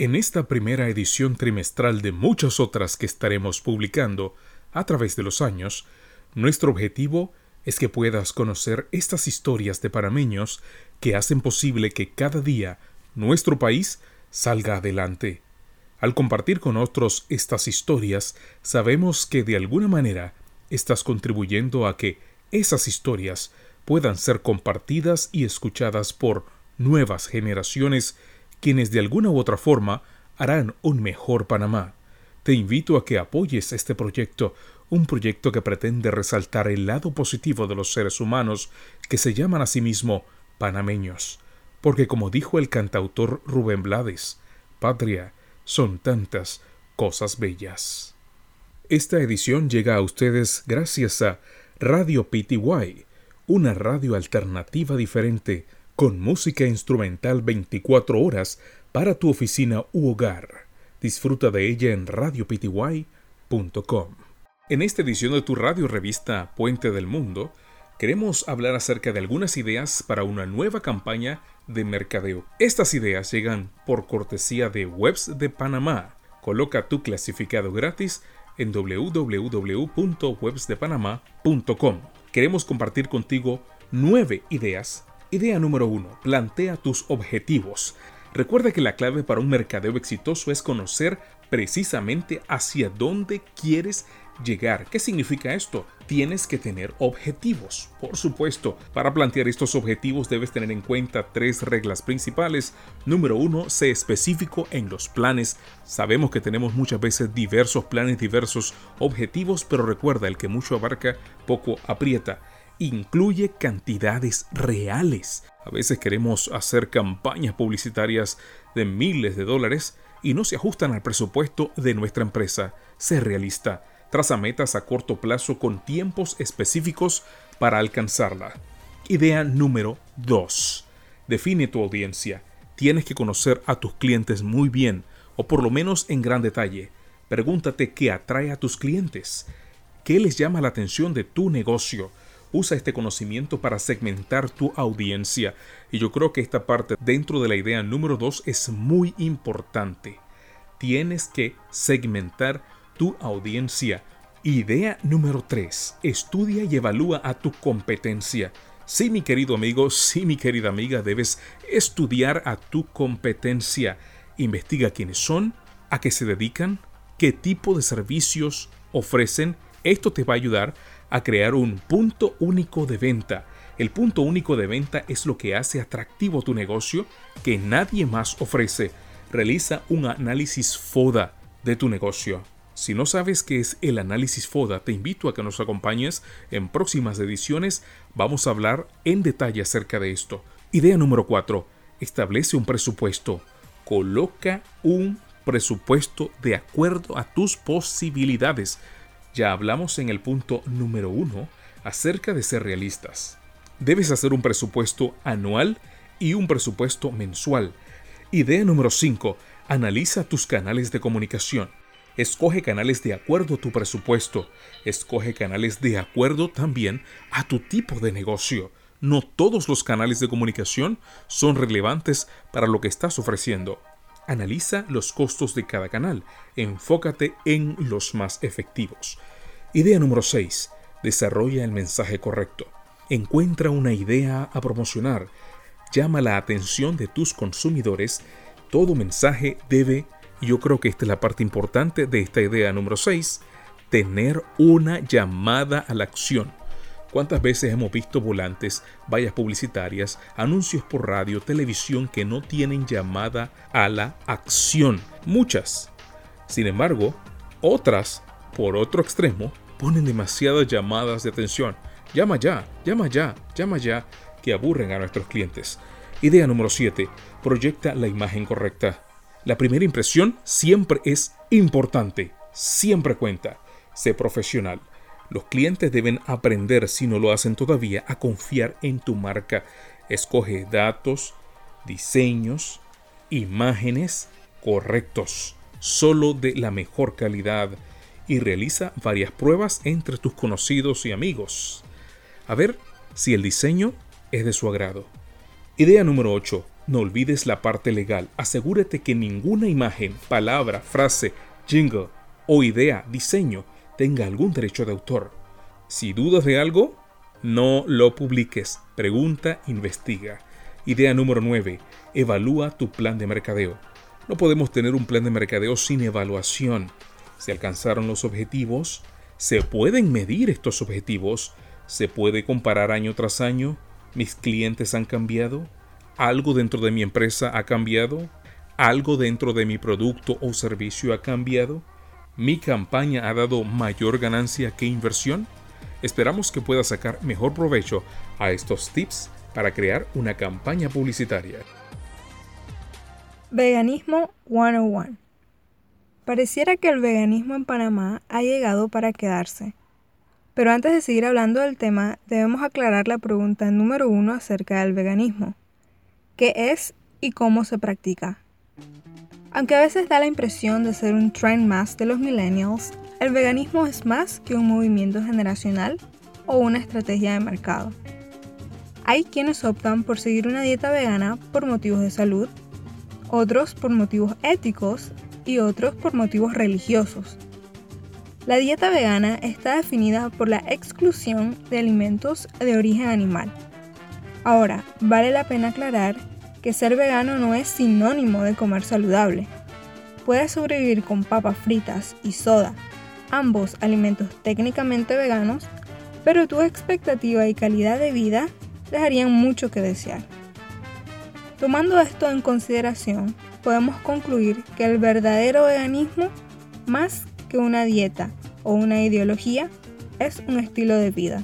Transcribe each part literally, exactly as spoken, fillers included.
En esta primera edición trimestral de muchas otras que estaremos publicando a través de los años, nuestro objetivo es que puedas conocer estas historias de panameños que hacen posible que cada día nuestro país salga adelante. Al compartir con otros estas historias, sabemos que de alguna manera estás contribuyendo a que esas historias puedan ser compartidas y escuchadas por nuevas generaciones, quienes de alguna u otra forma harán un mejor Panamá. Te invito a que apoyes este proyecto, un proyecto que pretende resaltar el lado positivo de los seres humanos que se llaman a sí mismos panameños. Porque como dijo el cantautor Rubén Blades, patria son tantas cosas bellas. Esta edición llega a ustedes gracias a Radio P T Y, una radio alternativa diferente con música instrumental veinticuatro horas para tu oficina u hogar. Disfruta de ella en radio p t y punto com. En esta edición de tu radio revista Puente del Mundo, queremos hablar acerca de algunas ideas para una nueva campaña de mercadeo. Estas ideas llegan por cortesía de Webs de Panamá. Coloca tu clasificado gratis en w w w punto webs de panamá punto com. Queremos compartir contigo nueve ideas. Idea número uno. Plantea tus objetivos. Recuerda que la clave para un mercadeo exitoso es conocer precisamente hacia dónde quieres llegar. ¿Qué significa esto? Tienes que tener objetivos. Por supuesto, para plantear estos objetivos debes tener en cuenta tres reglas principales. Número uno, sé específico en los planes. Sabemos que tenemos muchas veces diversos planes, diversos objetivos, pero recuerda, el que mucho abarca, poco aprieta. Incluye cantidades reales. A veces queremos hacer campañas publicitarias de miles de dólares y no se ajustan al presupuesto de nuestra empresa. Sé realista. Traza metas a corto plazo con tiempos específicos para alcanzarla. Idea número dos. Define tu audiencia. Tienes que conocer a tus clientes muy bien, o por lo menos en gran detalle. Pregúntate qué atrae a tus clientes. ¿Qué les llama la atención de tu negocio? Usa este conocimiento para segmentar tu audiencia. Y yo creo que esta parte dentro de la idea número dos es muy importante. Tienes que segmentar tu audiencia. Idea número tres. Estudia y evalúa a tu competencia. Sí, mi querido amigo, sí, mi querida amiga, debes estudiar a tu competencia. Investiga quiénes son, a qué se dedican, qué tipo de servicios ofrecen. Esto te va a ayudar a crear un punto único de venta. El punto único de venta es lo que hace atractivo tu negocio que nadie más ofrece. Realiza un análisis FODA de tu negocio. Si no sabes qué es el análisis FODA, te invito a que nos acompañes en próximas ediciones. Vamos a hablar en detalle acerca de esto. Idea número cuatro. Establece un presupuesto. Coloca un presupuesto de acuerdo a tus posibilidades. Ya hablamos en el punto número uno acerca de ser realistas. Debes hacer un presupuesto anual y un presupuesto mensual. Idea número cinco. Analiza tus canales de comunicación. Escoge canales de acuerdo a tu presupuesto. Escoge canales de acuerdo también a tu tipo de negocio. No todos los canales de comunicación son relevantes para lo que estás ofreciendo. Analiza los costos de cada canal. Enfócate en los más efectivos. Idea número seis. Desarrolla el mensaje correcto. Encuentra una idea a promocionar. Llama la atención de tus consumidores. Todo mensaje debe, y yo creo que esta es la parte importante de esta idea número seis, tener una llamada a la acción. ¿Cuántas veces hemos visto volantes, vallas publicitarias, anuncios por radio, televisión que no tienen llamada a la acción? Muchas. Sin embargo, otras, por otro extremo, ponen demasiadas llamadas de atención. Llama ya, llama ya, llama ya, que aburren a nuestros clientes. Idea número siete. Proyecta la imagen correcta. La primera impresión siempre es importante, siempre cuenta. Sé profesional. Los clientes deben aprender, si no lo hacen todavía, a confiar en tu marca. Escoge datos, diseños, imágenes correctos, solo de la mejor calidad, y realiza varias pruebas entre tus conocidos y amigos. A ver si el diseño es de su agrado. Idea número ocho. No olvides la parte legal. Asegúrate que ninguna imagen, palabra, frase, jingle o idea, diseño tenga algún derecho de autor. Si dudas de algo, no lo publiques. Pregunta, investiga. Idea número nueve. Evalúa tu plan de mercadeo. No podemos tener un plan de mercadeo sin evaluación. ¿Se alcanzaron los objetivos? ¿Se pueden medir estos objetivos? ¿Se puede comparar año tras año? ¿Mis clientes han cambiado? ¿Algo dentro de mi empresa ha cambiado? ¿Algo dentro de mi producto o servicio ha cambiado? ¿Mi campaña ha dado mayor ganancia que inversión? Esperamos que puedas sacar mejor provecho a estos tips para crear una campaña publicitaria. Veganismo ciento uno. Pareciera que el veganismo en Panamá ha llegado para quedarse. Pero antes de seguir hablando del tema, debemos aclarar la pregunta número uno acerca del veganismo. ¿Qué es y cómo se practica? Aunque a veces da la impresión de ser un trend más de los millennials, el veganismo es más que un movimiento generacional o una estrategia de mercado. Hay quienes optan por seguir una dieta vegana por motivos de salud, otros por motivos éticos y otros por motivos religiosos. La dieta vegana está definida por la exclusión de alimentos de origen animal. Ahora, vale la pena aclarar que ser vegano no es sinónimo de comer saludable. Puedes sobrevivir con papas fritas y soda, ambos alimentos técnicamente veganos, pero tu expectativa y calidad de vida dejarían mucho que desear. Tomando esto en consideración, podemos concluir que el verdadero veganismo, más que una dieta o una ideología, es un estilo de vida.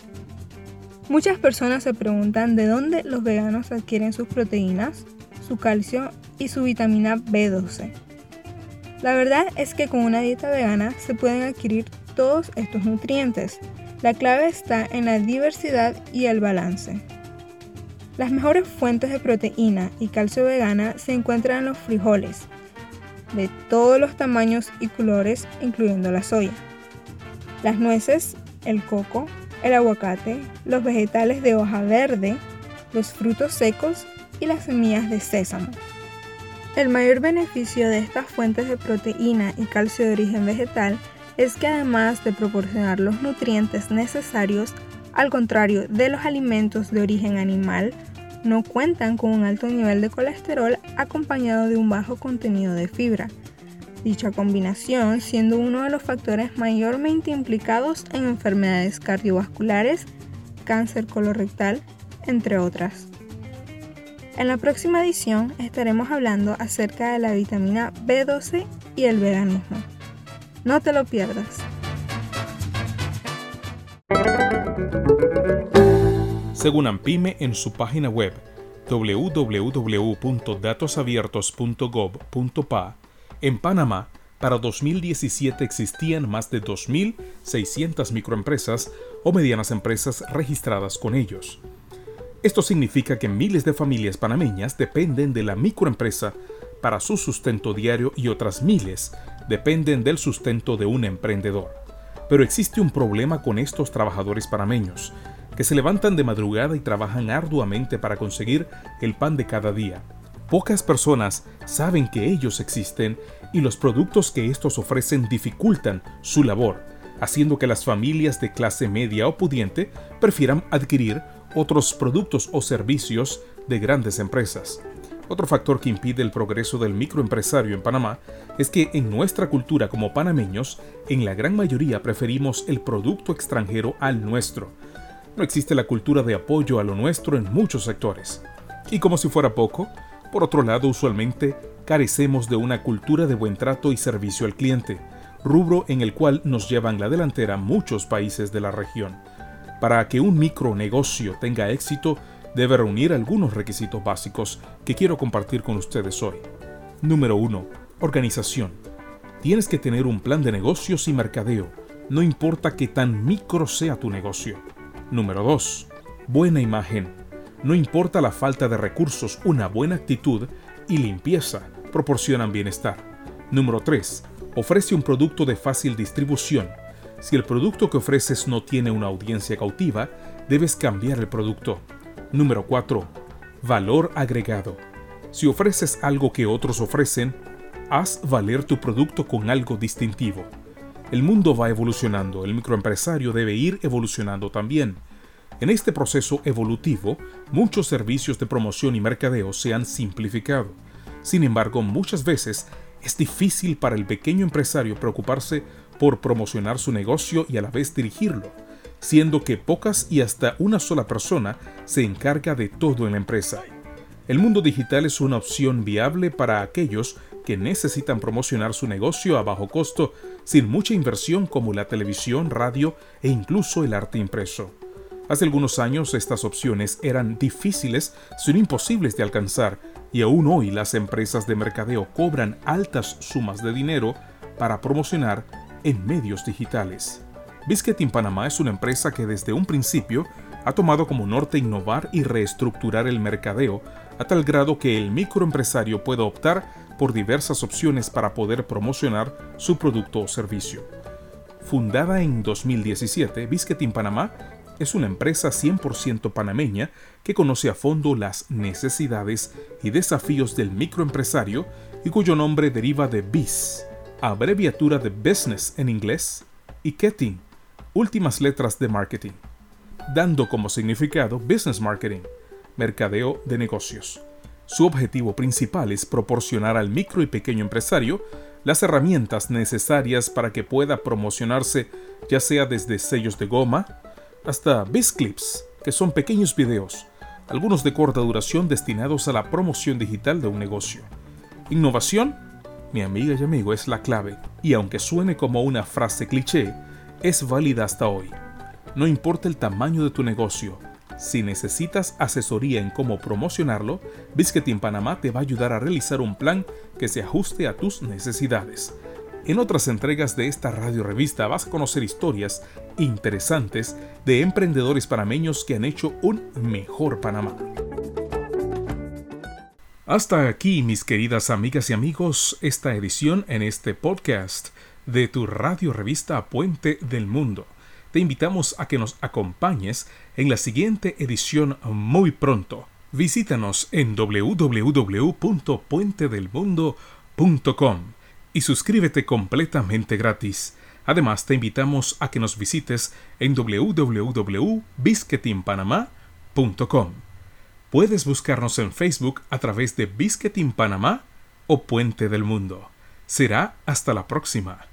Muchas personas se preguntan de dónde los veganos adquieren sus proteínas, su calcio y su vitamina B doce. La verdad es que con una dieta vegana se pueden adquirir todos estos nutrientes. La clave está en la diversidad y el balance. Las mejores fuentes de proteína y calcio vegana se encuentran en los frijoles, de todos los tamaños y colores, incluyendo la soya, las nueces, el coco, el aguacate, los vegetales de hoja verde, los frutos secos y las semillas de sésamo. El mayor beneficio de estas fuentes de proteína y calcio de origen vegetal es que además de proporcionar los nutrientes necesarios, al contrario de los alimentos de origen animal, no cuentan con un alto nivel de colesterol acompañado de un bajo contenido de fibra. Dicha combinación siendo uno de los factores mayormente implicados en enfermedades cardiovasculares, cáncer colorectal, entre otras. En la próxima edición estaremos hablando acerca de la vitamina B doce y el veganismo. No te lo pierdas. Según ANPYME en su página web doble u doble u doble u punto datos abiertos punto gov punto pa, en Panamá, para dos mil diecisiete existían más de dos mil seiscientas microempresas o medianas empresas registradas con ellos. Esto significa que miles de familias panameñas dependen de la microempresa para su sustento diario y otras miles dependen del sustento de un emprendedor. Pero existe un problema con estos trabajadores panameños, que se levantan de madrugada y trabajan arduamente para conseguir el pan de cada día. Pocas personas saben que ellos existen y los productos que estos ofrecen dificultan su labor, haciendo que las familias de clase media o pudiente prefieran adquirir otros productos o servicios de grandes empresas. Otro factor que impide el progreso del microempresario en Panamá es que en nuestra cultura como panameños, en la gran mayoría preferimos el producto extranjero al nuestro. No existe la cultura de apoyo a lo nuestro en muchos sectores. Y como si fuera poco, por otro lado, usualmente carecemos de una cultura de buen trato y servicio al cliente, rubro en el cual nos llevan la delantera muchos países de la región. Para que un micronegocio tenga éxito, debe reunir algunos requisitos básicos que quiero compartir con ustedes hoy. Número uno. Organización. Tienes que tener un plan de negocios y mercadeo, no importa qué tan micro sea tu negocio. Número dos. Buena imagen. No importa la falta de recursos, una buena actitud y limpieza proporcionan bienestar. Número tres. Ofrece un producto de fácil distribución. Si el producto que ofreces no tiene una audiencia cautiva, debes cambiar el producto. Número cuatro. Valor agregado. Si ofreces algo que otros ofrecen, haz valer tu producto con algo distintivo. El mundo va evolucionando, el microempresario debe ir evolucionando también. En este proceso evolutivo, muchos servicios de promoción y mercadeo se han simplificado. Sin embargo, muchas veces es difícil para el pequeño empresario preocuparse por promocionar su negocio y a la vez dirigirlo, siendo que pocas y hasta una sola persona se encarga de todo en la empresa. El mundo digital es una opción viable para aquellos que necesitan promocionar su negocio a bajo costo, sin mucha inversión como la televisión, radio e incluso el arte impreso. Hace algunos años estas opciones eran difíciles, sino imposibles de alcanzar, y aún hoy las empresas de mercadeo cobran altas sumas de dinero para promocionar en medios digitales. Biscuit in Panama es una empresa que desde un principio ha tomado como norte innovar y reestructurar el mercadeo a tal grado que el microempresario pueda optar por diversas opciones para poder promocionar su producto o servicio. Fundada en dos mil diecisiete, Biscuit in Panama es una empresa cien por ciento panameña que conoce a fondo las necesidades y desafíos del microempresario y cuyo nombre deriva de B I Z, abreviatura de Business en inglés, y Marketing, últimas letras de marketing, dando como significado Business Marketing, mercadeo de negocios. Su objetivo principal es proporcionar al micro y pequeño empresario las herramientas necesarias para que pueda promocionarse, ya sea desde sellos de goma hasta BizClips, que son pequeños videos, algunos de corta duración destinados a la promoción digital de un negocio. Innovación, mi amiga y amigo, es la clave, y aunque suene como una frase cliché, es válida hasta hoy. No importa el tamaño de tu negocio, si necesitas asesoría en cómo promocionarlo, Biscuit in Panama te va a ayudar a realizar un plan que se ajuste a tus necesidades. En otras entregas de esta radio revista vas a conocer historias interesantes de emprendedores panameños que han hecho un mejor Panamá. Hasta aquí, mis queridas amigas y amigos, esta edición en este podcast de tu radio revista Puente del Mundo. Te invitamos a que nos acompañes en la siguiente edición muy pronto. Visítanos en doble u doble u doble u punto puente del mundo punto com y suscríbete completamente gratis. Además, te invitamos a que nos visites en doble u doble u doble u punto biscuit in panama punto com. Puedes buscarnos en Facebook a través de Biscuit in Panama o Puente del Mundo. Será hasta la próxima.